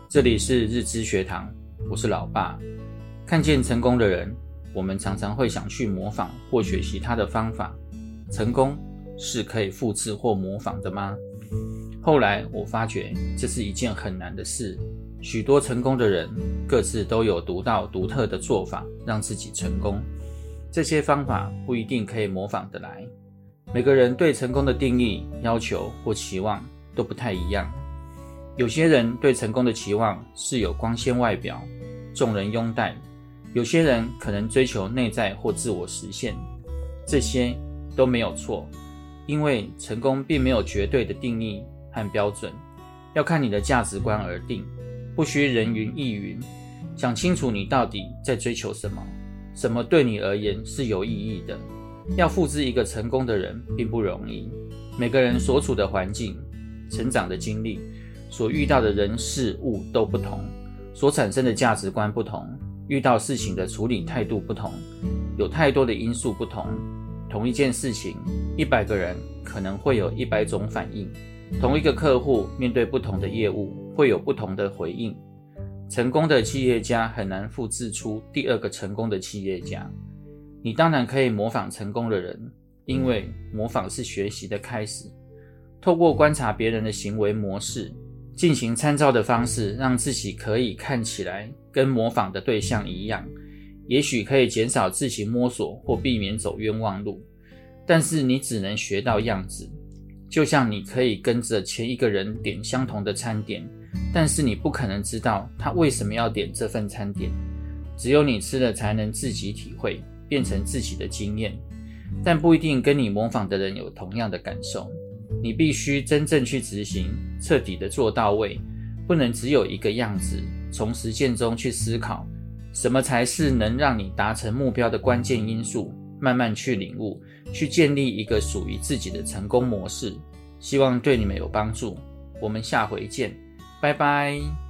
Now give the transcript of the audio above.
这里是日知学堂，我是老爸。看见成功的人，我们常常会想去模仿或学习他的方法。成功是可以复制或模仿的吗？后来我发觉这是一件很难的事。许多成功的人各自都有独特的做法，让自己成功。这些方法不一定可以模仿得来。每个人对成功的定义、要求或期望都不太一样。有些人对成功的期望是有光鲜外表、众人拥戴，有些人可能追求内在或自我实现。这些都没有错，因为成功并没有绝对的定义和标准，要看你的价值观而定，不需人云亦云。想清楚你到底在追求什么，什么对你而言是有意义的。要复制一个成功的人并不容易，每个人所处的环境、成长的经历、所遇到的人事物都不同，所产生的价值观不同，遇到事情的处理态度不同，有太多的因素不同。同一件事情，100个人可能会有100种反应，同一个客户面对不同的业务会有不同的回应。成功的企业家很难复制出第二个成功的企业家。你当然可以模仿成功的人，因为模仿是学习的开始。透过观察别人的行为模式，进行参照的方式，让自己可以看起来跟模仿的对象一样，也许可以减少自行摸索或避免走冤枉路。但是你只能学到样子，就像你可以跟着前一个人点相同的餐点，但是你不可能知道他为什么要点这份餐点。只有你吃了才能自己体会，变成自己的经验，但不一定跟你模仿的人有同样的感受。你必须真正去执行，彻底的做到位，不能只有一个样子。从实践中去思考，什么才是能让你达成目标的关键因素，慢慢去领悟，去建立一个属于自己的成功模式。希望对你们有帮助，我们下回见，拜拜。